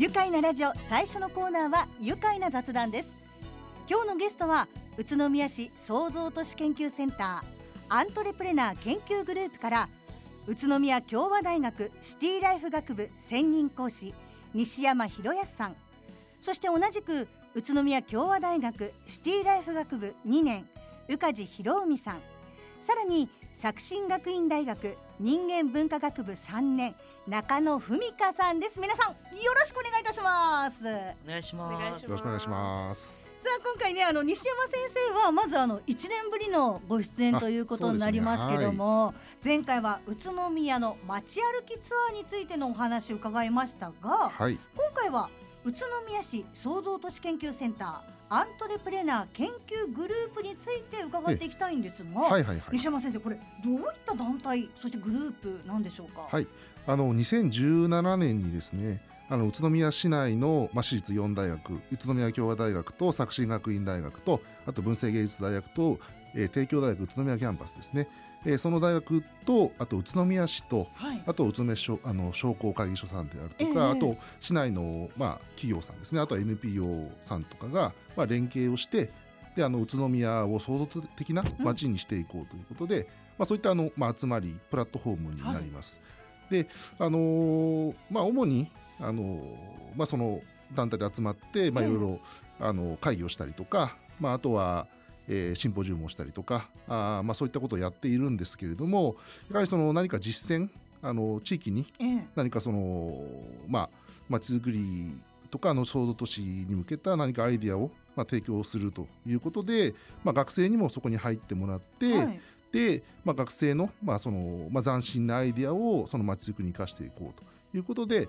愉快なラジオ最初のコーナーは愉快な雑談です。今日のゲストは宇都宮市創造都市研究センターアントレプレナー研究グループから宇都宮共和大学シティライフ学部専任講師西山博康さん、そして同じく宇都宮共和大学シティライフ学部2年宇梶博文さん、さらに作新学院大学人間文化学部3年中野文香さんです。皆さんよろしくお願いいたします。 お願いします。 よろしくお願いします。 さあ今回ね西山先生はまず1年ぶりのご出演ということになりますけども、はい、前回は宇都宮の街歩きツアーについてのお話を伺いましたが、はい、今回は宇都宮市創造都市研究センターアントレプレナー研究グループについて伺っていきたいんですが、西山先生これどういった団体そしてグループなんでしょうか。 はい、2017年にですね宇都宮市内の、私立4大学宇都宮共和大学と作新学院大学とあと文星芸術大学と、帝京大学宇都宮キャンパスですね、その大学とあと宇都宮市と、はい、あと宇都宮商工会議所さんであるとか、あと市内の、企業さんですね、あとは NPO さんとかが、連携をしてで宇都宮を創造的な街にしていこうということで、そういった集まりプラットフォームになります。はい、で主にその団体で集まっていろいろ会議をしたりとか、あとはシンポジウムをしたりとかそういったことをやっているんですけれども、やはり何か実践地域に何か街づくりとか創造都市に向けた何かアイデアを提供するということで、学生にもそこに入ってもらって、はい、で学生の斬新なアイデアをその街づくりに生かしていこうということで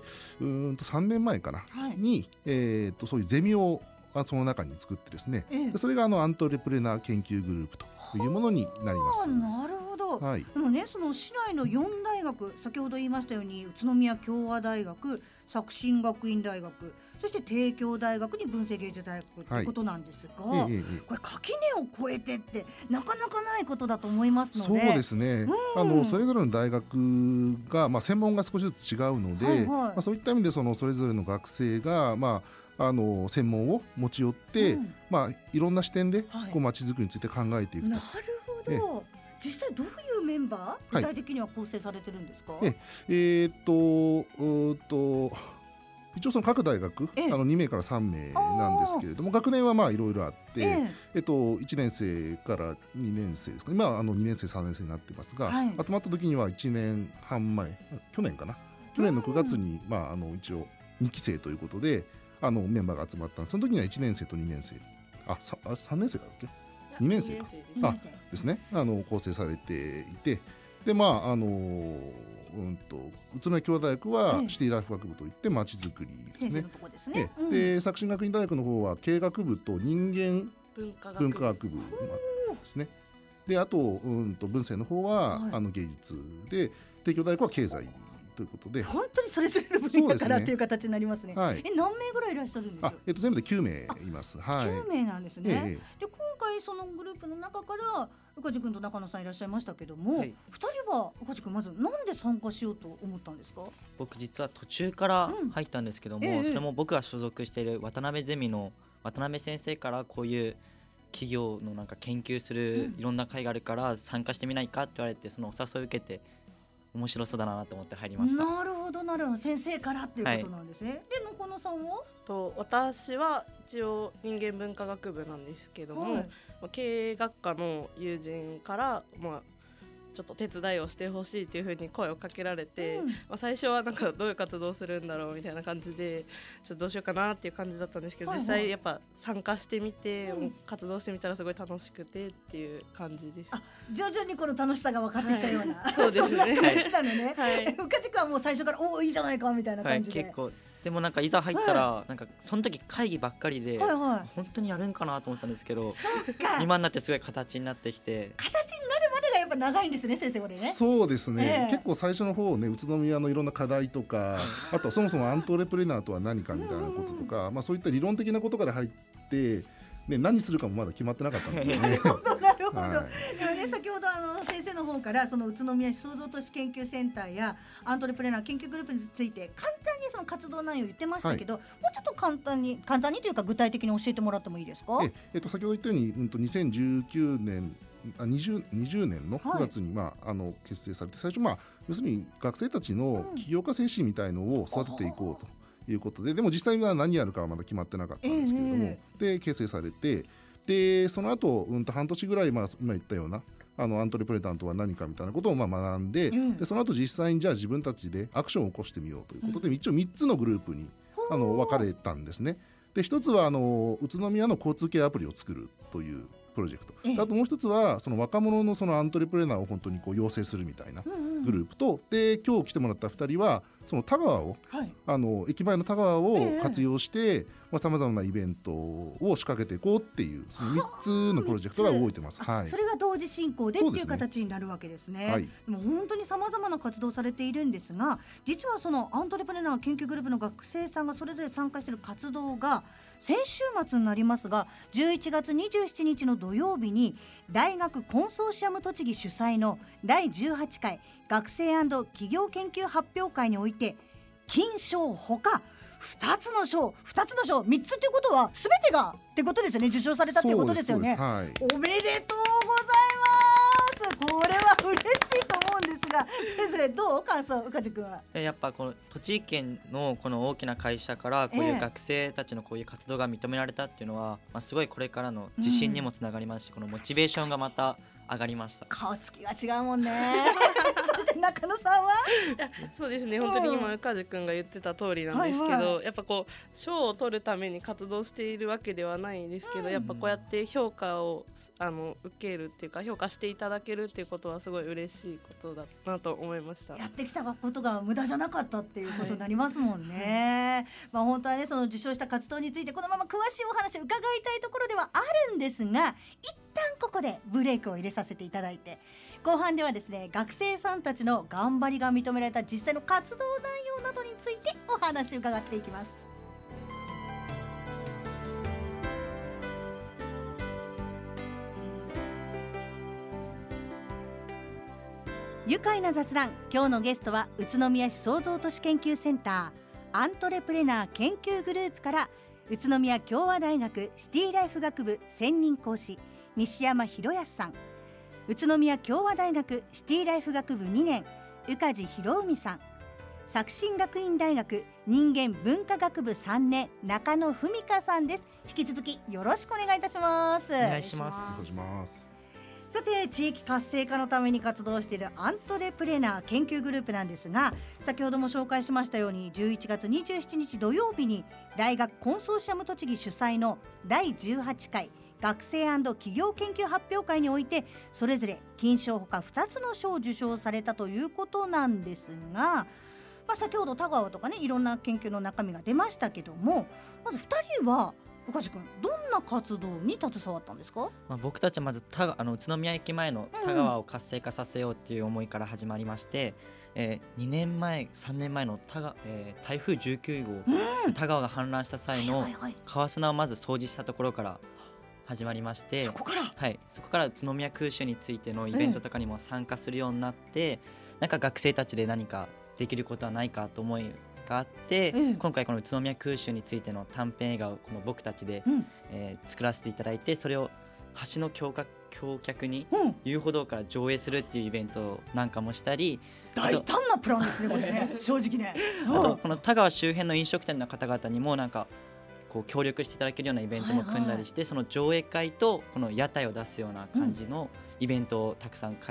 3年前かな、はい、に、そういうゼミをその中に作ってですね、それがアントレプレナー研究グループというものになります。 なるほど、はい、でもねその市内の4大学先ほど言いましたように宇都宮共和大学作新学院大学そして帝京大学に文星芸術大学ということなんですが、これ垣根を越えてってなかなかないことだと思いますので。 そうですね、それぞれの大学が、専門が少しずつ違うので、はいはい、そういった意味でそれぞれの学生が専門を持ち寄って、いろんな視点で街づくりについて考えていくと。 なるほど。実際どういうメンバー具体的には構成されてるんですか。 一応その各大学2名から3名なんですけれども、学年はいろいろあって、1年生から2年生ですか、今2年生3年生になってますが、はい、集まった時には1年半前去年の9月に、一応2期生ということでメンバーが集まったんです。その時には1年生と2年生3年生だっけ2年生かですね構成されていて、で宇都宮共和大学はシティライフ学部といってまちづくりですね。 先生のとこですね。 で作新学院大学の方は経営学部と人間文化学部ですね。であと文星の方は、芸術で帝京大学は経済ということで、 本当にそれぞれの分野からという形になりますね。はい、何名ぐらいいらっしゃるんですか。 全部で9名います。はい、 9名なんですね。で今回そのグループの中から宇梶君と中野さんいらっしゃいましたけども、2人は宇梶君まずなんで参加しようと思ったんですか。 僕実は途中から入ったんですけども、それも僕が所属している渡辺ゼミの渡辺先生からこういう企業のなんか研究するいろんな会があるから参加してみないかって言われて、そのお誘いを受けて面白そうだなと思って入りました。 なるほどなるほど、先生からっていうことなんですね。はい、で中野さんは私は一応人間文化学部なんですけども、経営学科の友人から、ちょっと手伝いをしてほしいというふうに声をかけられて、最初はなんかどういう活動するんだろうみたいな感じでちょっとどうしようかなっていう感じだったんですけど、実際やっぱ参加してみて、活動してみたらすごい楽しくてっていう感じです。 徐々にこの楽しさが分かってきたような、 そうですね、 そんな感じなのね。宇梶君はもう最初からいいじゃないかみたいな感じで、 結構でもなんかいざ入ったら、なんかその時会議ばっかりで、本当にやるんかなと思ったんですけど、今になってすごい形になってきて、 形になるまでがやっぱ長いんですね、先生これね。 そうですね、結構最初の方ね、宇都宮のいろんな課題とか、あとそもそもアントレプレナーとは何かみたいなこととか、そういった理論的なことから入って、何するかもまだ決まってなかったんですよね。 なるほどなるほど。でもね、先ほど先生の方からその宇都宮市創造都市研究センターやアントレプレナー研究グループについて簡単にその活動内容言ってましたけど、もうちょっと簡単にというか具体的に教えてもらってもいいですか？ 先ほど言ったように、2019年20年の9月に、結成されて、最初、要するに学生たちの起業家精神みたいのを育てていこうということで、でも実際には何やるかはまだ決まってなかったんですけれども、で結成されて、でその後、半年ぐらい、今言ったようなアントレプレナーとは何かみたいなことを学んで、でその後実際にじゃあ自分たちでアクションを起こしてみようということで、一応3つのグループに分かれたんですね。で一つは宇都宮の交通系アプリを作るというプロジェクト、あともう一つはその若者のそのアントレプレナーを本当に養成するみたいなグループと、で今日来てもらった2人はその田川を、駅前の田川を活用してさまざまなイベントを仕掛けていこうっていう、その3つのプロジェクトが動いてます。 それが同時進行でっていう形になるわけですね。でも本当にさまざまな活動されているんですが、実はそのアントレプレナー研究グループの学生さんがそれぞれ参加している活動が先週末になりますが、11月27日の土曜日に大学コンソーシアム栃木主催の第18回学生&企業研究発表会において、金賞ほか2つの賞3つっていうことは全てがってことですよね。受賞されたっていうことですよね。おめでとうございます。これは嬉しいと思うんですが、それぞれどう感想、宇梶君は。 やっぱこの栃木県のこの大きな会社からこういう学生たちのこういう活動が認められたっていうのは、すごいこれからの自信にもつながりますし、このモチベーションがまた上がりました。 顔つきが違うもんね。それで中野さんは？ そうですね、本当に今宇梶君が言ってた通りなんですけど、やっぱこう賞を取るために活動しているわけではないんですけど、やっぱこうやって評価を受けるっていうか、評価していただけるっていうことはすごい嬉しいことだなと思いました。 やってきたことが無駄じゃなかったっていうことになりますもんね。本当はね、その受賞した活動についてこのまま詳しいお話を伺いたいところではあるんですが、一旦ここでブレイクを入れさせていただいて、後半ではですね、学生さんたちの頑張りが認められた実際の活動内容などについてお話を伺っていきます。愉快な雑談、今日のゲストは宇都宮市創造都市研究センターアントレプレナー研究グループから宇都宮共和大学シティライフ学部専任講師西山博康さん、宇都宮共和大学シティライフ学部2年宇梶博文さん、作新学院大学人間文化学部3年中野文香さんです。引き続きよろしくお願いいたします。 お願いします。 さて、地域活性化のために活動しているアントレプレナー研究グループなんですが、先ほども紹介しましたように11月27日土曜日に大学コンソーシアム栃木主催の第18回学生&企業研究発表会において、それぞれ金賞ほか2つの賞を受賞されたということなんですが、先ほど田川とかね、いろんな研究の中身が出ましたけども、まず2人は宇梶君、どんな活動に携わったんですか？ 僕たちはまず宇都宮駅前の田川を活性化させようっていう思いから始まりまして、2年前3年前の台風19号、田川が氾濫した際の川砂をまず掃除したところから始まりまして、そこから宇都宮空襲についてのイベントとかにも参加するようになって、なんか学生たちで何かできることはないかと思いがあって、今回この宇都宮空襲についての短編映画をこの僕たちで、作らせていただいて、それを橋の橋脚に遊歩道から上映するっていうイベントなんかもしたり、 大胆なプランですねこれね。正直ね。 あとこの田川周辺の飲食店の方々にもなんかこう協力していただけるようなイベントも組んだりして、その上映会とこの屋台を出すような感じのイベントをたくさん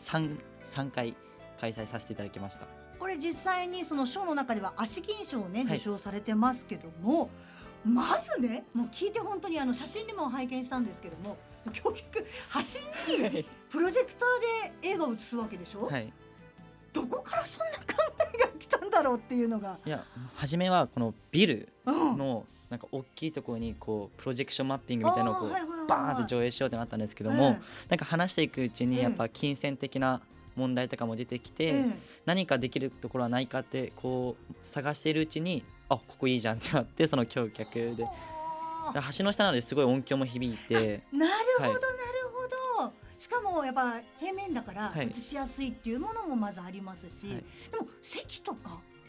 3回開催させていただきました。 これ実際にその賞の中では足銀賞をね受賞されてますけども、まずね、もう聞いて本当に写真にも拝見したんですけども、結局橋にプロジェクターで映画を映すわけでしょ。どこからそんな考えが来たんだろうっていうのが。 いや、初めはこのビルのなんか大きいところにこうプロジェクションマッピングみたいなのをこうバーンと上映しようってなったんですけども、なんか話していくうちにやっぱ金銭的な問題とかも出てきて、何かできるところはないかってこう探しているうちに、ここいいじゃんってなって、その橋脚で橋の下なのですごい音響も響いて。 なるほどなるほど。しかもやっぱ平面だから映しやすいっていうものもまずありますし、でも席とか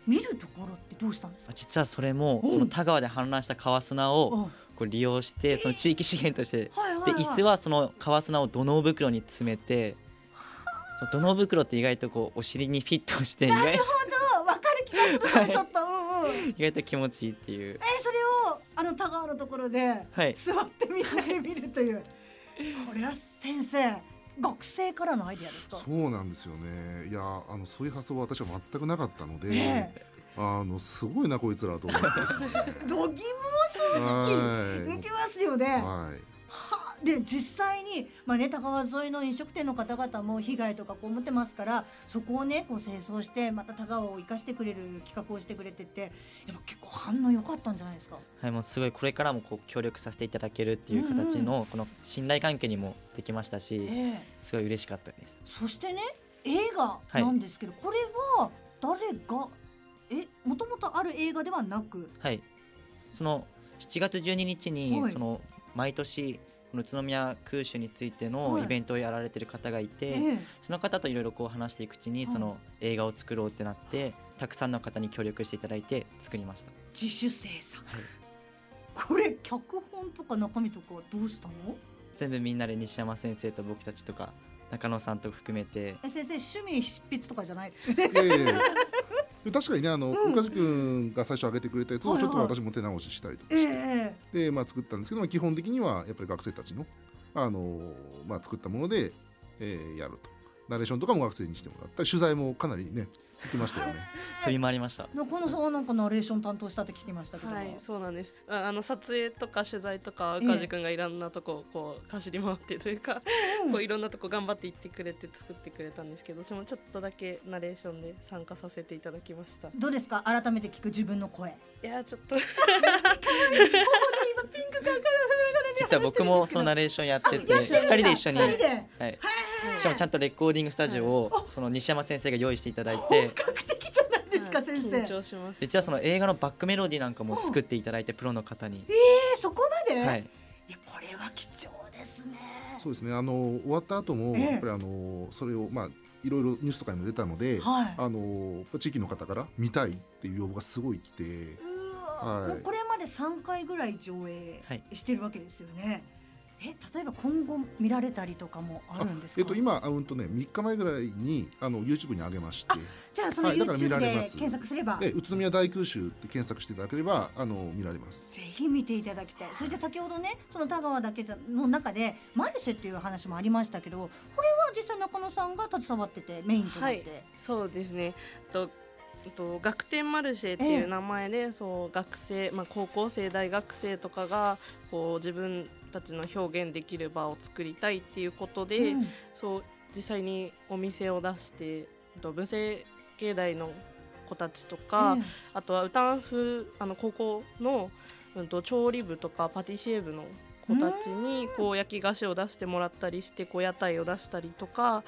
見るところってどうしたんですか？ 実はそれもその田川で氾濫した川砂をこう利用してその地域資源としてで椅子はその川砂を土のう袋に詰めて、土のう袋って意外とこうお尻にフィットしてなるほど、わかる気がするちょっと、 意外と気持ちいいっていう。 それを田川のところで座ってみんなで見るという、これは先生学生からのアイデアですか？ そうなんですよね。いやそういう発想は私は全くなかったので、すごいなこいつらと思ってですね度肝正直抜けますよね。はいで実際に、田川沿いの飲食店の方々も被害とか被ってますから、そこをねこう清掃してまた田川を生かしてくれる企画をしてくれてて、やっぱ結構反応良かったんじゃないですか？ はい、もうすごいこれからもこう協力させていただけるっていう形のこの信頼関係にもできましたし、すごい嬉しかったです。 そしてね映画なんですけど、これは誰がもともとある映画ではなく、 はい、その7月12日にその毎年宇都宮空襲についてのイベントをやられてる方がいて、その方といろいろこう話していくうちにその映画を作ろうってなって、たくさんの方に協力していただいて作りました。 自主制作、これ脚本とか中身とかどうしたの？ 全部みんなで西山先生と僕たちとか中野さんと含めて。先生趣味執筆とかじゃないですよね？ 確かにね岡地君が最初上げてくれたやつをちょっと私も手直ししたりとかして、で作ったんですけど、基本的にはやっぱり学生たちの作ったものでやると。ナレーションとかも学生にしてもらったり、取材もかなりね行きましたよね。 飛び回りました。 中野さんはなんかナレーション担当したって聞きましたけど。 はい、そうなんです。撮影とか取材とか宇梶君がいろんなとここう走り回ってというか、こういろんなとこ頑張って行ってくれて作ってくれたんですけど、私もちょっとだけナレーションで参加させていただきました。 どうですか、改めて聞く自分の声？ いやちょっと今ピンクから実は僕もそのナレーションやってて、2人で一緒に、しかもちゃんとレコーディングスタジオをその西山先生が用意していただいて、 本格的じゃないですか、先生。 緊張します。 実はその映画のバックメロディーなんかも作っていただいて、プロの方に。 そこまで？ はい。 いやこれは貴重ですね。 そうですね。終わった後もやっぱりそれをいろいろニュースとかにも出たので、地域の方から見たいっていう要望がすごい来て、 もうこれまで3回ぐらい上映してるわけですよね。例えば今後見られたりとかもあるんですか？ 今3日前ぐらいにYouTube に上げまして、 じゃあその YouTube で検索すれば、 宇都宮大空襲って検索していただければ見られます。 ぜひ見ていただきたい。そして先ほどねその田川だけの中でマルシェっていう話もありましたけど、これは実際中野さんが携わっててメインとなって、 そうですね。学天マルシェっていう名前で、そう学生、高校生大学生とかがこう自分たちの表現できる場を作りたいっていうことで、そう実際にお店を出して、文星芸大の子たちとか、あとはウタンフ高校の、調理部とかパティシエ部の子たちにこう焼き菓子を出してもらったりして、こう屋台を出したりとか、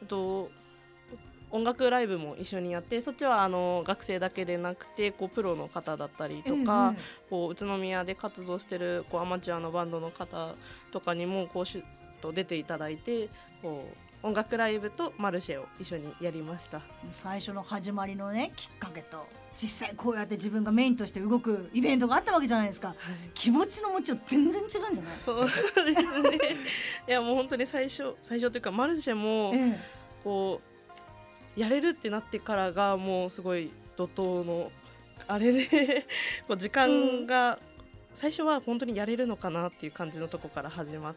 音楽ライブも一緒にやって、そっちは学生だけでなくてこうプロの方だったりとか、こう宇都宮で活動してるこうアマチュアのバンドの方とかにもこう出ていただいて、こう音楽ライブとマルシェを一緒にやりました。 最初の始まりのねきっかけと実際こうやって自分がメインとして動くイベントがあったわけじゃないですか。気持ちの持ちよう全然違うんじゃない？ そうですねいやもう本当に最初というかマルシェもこうやれるってなってからがもうすごい怒涛のあれでこう時間が、最初は本当にやれるのかなっていう感じのとこから始まって、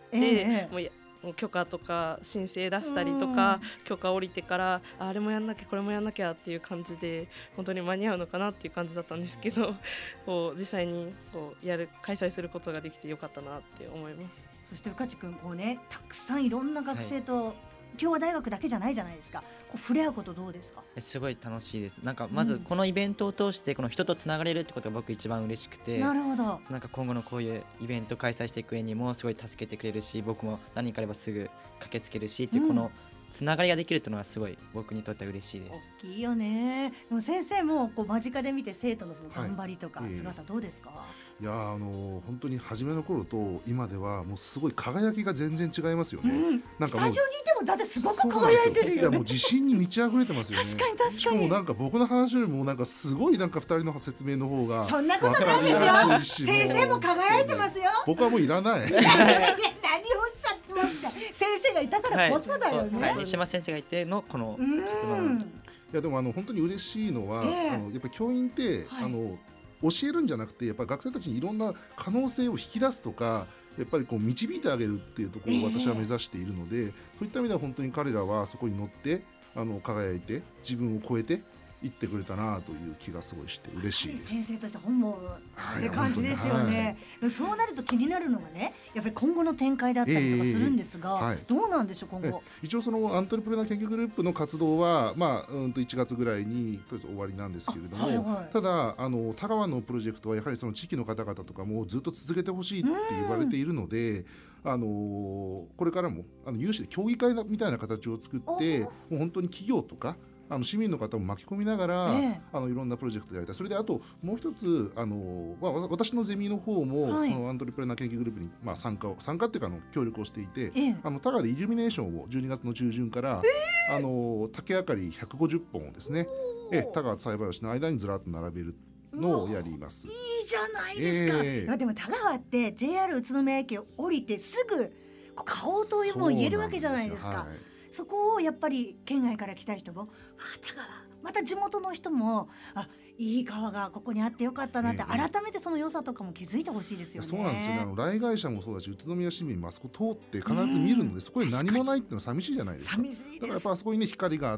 もう許可とか申請出したりとか、許可降りてからあれもやんなきゃこれもやんなきゃっていう感じで本当に間に合うのかなっていう感じだったんですけど、こう実際にこう開催することができてよかったなって思います。 そして宇梶君こうねたくさんいろんな学生と、共和大学だけじゃないじゃないですか。こう触れ合うことどうですか？ すごい楽しいです。なんかまずこのイベントを通してこの人とつながれるってことが僕一番嬉しくて、 なるほど。 なんか今後のこういうイベント開催していく上にもすごい助けてくれるし、僕も何かあればすぐ駆けつけるしっていうこのつながりができるというのはすごい僕にとっては嬉しいです。 大きいよね。でも先生もこう間近で見て生徒のその頑張りとか姿どうですか？ いや本当に初めの頃と今ではもうすごい輝きが全然違いますよね。なんかもうスタジオにいてもだってすごく輝いてるよね。 いやもう自信に満ち溢れてますよね。 確かに確かに。 しかもなんか僕の話よりもなんかすごいなんか2人の説明の方がそんなことないですよ。先生も輝いてますよ。 僕はもういらない。 何をおっしゃってますか。先生がいたからこそだよね。 西山先生がいてのこの結論。 いやでも本当に嬉しいのは、やっぱり教員って、教えるんじゃなくてやっぱり学生たちにいろんな可能性を引き出すとかやっぱりこう導いてあげるっていうところを私は目指しているので、そういった意味では本当に彼らはそこに乗って輝いて自分を超えて言ってくれたなという気がすごいして嬉しいです。 先生として本望って感じですよね。そうなると気になるのがね、やっぱり今後の展開だったりとかするんですが、どうなんでしょう今後。 一応そのアントレプレナー研究グループの活動は1月ぐらいにとりあえず終わりなんですけれども、ただ田川のプロジェクトはやはりその地域の方々とかもずっと続けてほしいって言われているので。これからも有志で協議会みたいな形を作ってもう本当に企業とか市民の方も巻き込みながら、いろんなプロジェクトでやりたい。それであともう一つ私のゼミの方も、このアントレプレナー研究グループに、参加っていうか協力をしていて、田川でイルミネーションを12月の中旬から、竹あかり150本をですね、田川と幸林の間にずらっと並べるのをやります。 いいじゃないですか。でも田川って JR 宇都宮駅を降りてすぐ顔とも言えるわけじゃないですか。そこをやっぱり県外から来た人も田川また地元の人もいい川がここにあってよかったなって改めてその良さとかも気づいてほしいですよね。 そうなんですよね。来街者もそうだし宇都宮市民もあそこ通って必ず見るので、そこに何もないっていうのは寂しいじゃないですか。 寂しいです。 だからやっぱあそこにね光があって、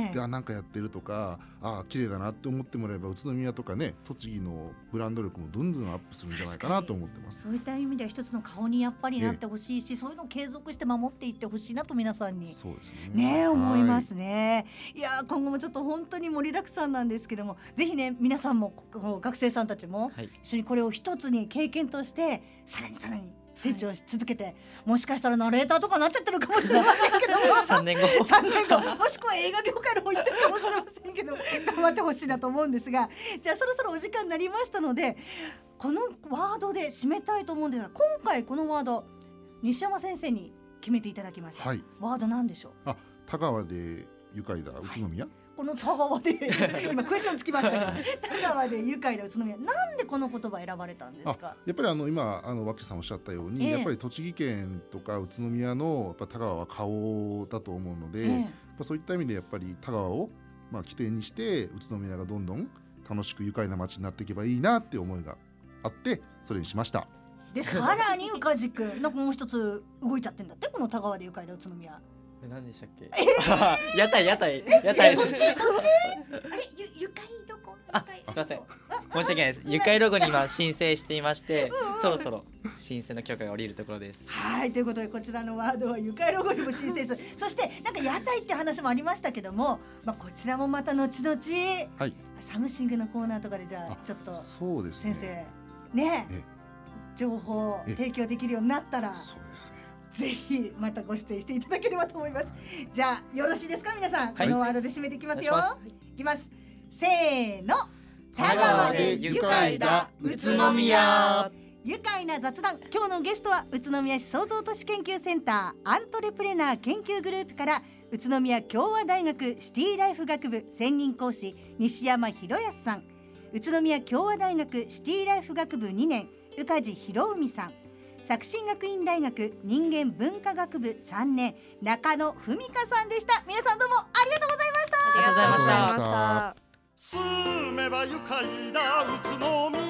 なんかやってるとか綺麗だなって思ってもらえば宇都宮とかね栃木のブランド力もどんどんアップするんじゃないかなと思ってます。 そういった意味では一つの顔にやっぱりなってほしいし、そういうのを継続して守っていってほしいなと皆さんにそうですね思いますね。いや今後もちょっと本当に盛りだくさんなんですけども、ぜひね皆さんも学生さんたちも一緒にこれを一つに経験としてさらに成長し続けて、もしかしたらナレーターとかなっちゃってるかもしれませんけど 3年後もしくは映画業界の方行ってるかもしれませんけど頑張ってほしいなと思うんですが、じゃあそろそろお時間になりましたのでこのワードで締めたいと思うんですが、今回このワード西山先生に決めていただきました、ワードなんでしょう。 田川で愉快だ宇都宮、 この田川で今クエスチョンつきましたが田川で愉快な宇都宮、なんでこの言葉選ばれたんですか。 やっぱり今脇さんおっしゃったように、やっぱり栃木県とか宇都宮のやっぱ田川は顔だと思うので、そういった意味でやっぱり田川を起点にして宇都宮がどんどん楽しく愉快な街になっていけばいいなって思いがあってそれにしました。 でさらに宇梶くんなんかもう一つ動いちゃってんだって、この田川で愉快な宇都宮。 何でしたっけ？屋台です。 そっち？あれ愉快ロゴ？ すみません。申し訳ないです。愉快ロゴに今申請していまして、そろそろ申請の許可が下りるところです。 はい、ということでこちらのワードは愉快ロゴにも申請する。そしてなんか屋台って話もありましたけども、こちらもまた後々、サムシングのコーナーとかでじゃあちょっと先生ね情報提供できるようになったら。そうですね。ぜひまたご出演していただければと思います。じゃあよろしいですか皆さん、このワードで締めていきますよ。いきます。せーの。 田川で愉快だ宇都宮。 愉快な雑談、今日のゲストは宇都宮市創造都市研究センターアントレプレナー研究グループから宇都宮共和大学シティライフ学部専任講師西山博康さん、宇都宮共和大学シティライフ学部2年宇梶博文さん、作新学院大学人間文化学部3年中野文香さんでした。皆さんどうもありがとうございました。 ありがとうございました。 住めば愉快だ宇都宮。